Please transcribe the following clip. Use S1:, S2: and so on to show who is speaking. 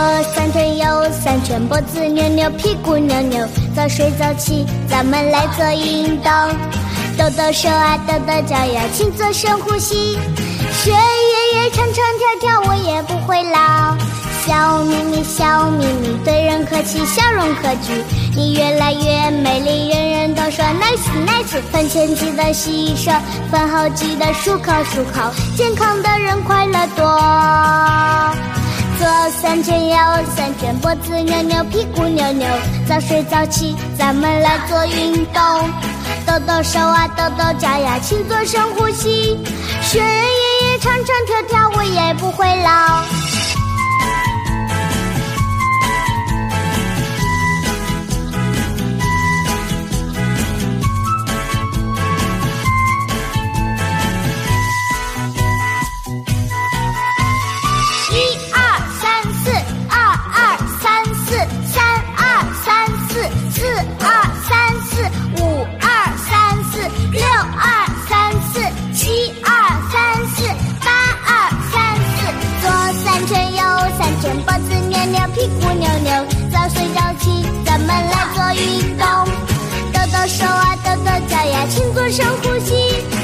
S1: 3圈右3圈，脖子扭扭，屁股扭扭，早睡早起，咱们来做运动。抖抖手啊，抖抖脚呀，勤做深呼吸。学爷爷唱唱跳跳，我也不会老。笑眯眯，笑眯眯，对人客气，笑容可掬。你越来越美丽，人人都说 nice nice。饭前记得洗手，饭后记得漱口漱口，健康的人快乐多。左3圈右3圈，脖子扭扭，屁股扭扭，早睡早起，咱们来做运动。抖抖手啊，抖抖脚呀，勤做深呼吸。学人爷爷唱唱跳跳，我也不会老。脖子扭扭，屁股扭扭，早睡早起，咱们来做运动。抖抖手啊，抖抖脚呀，勤做深呼吸。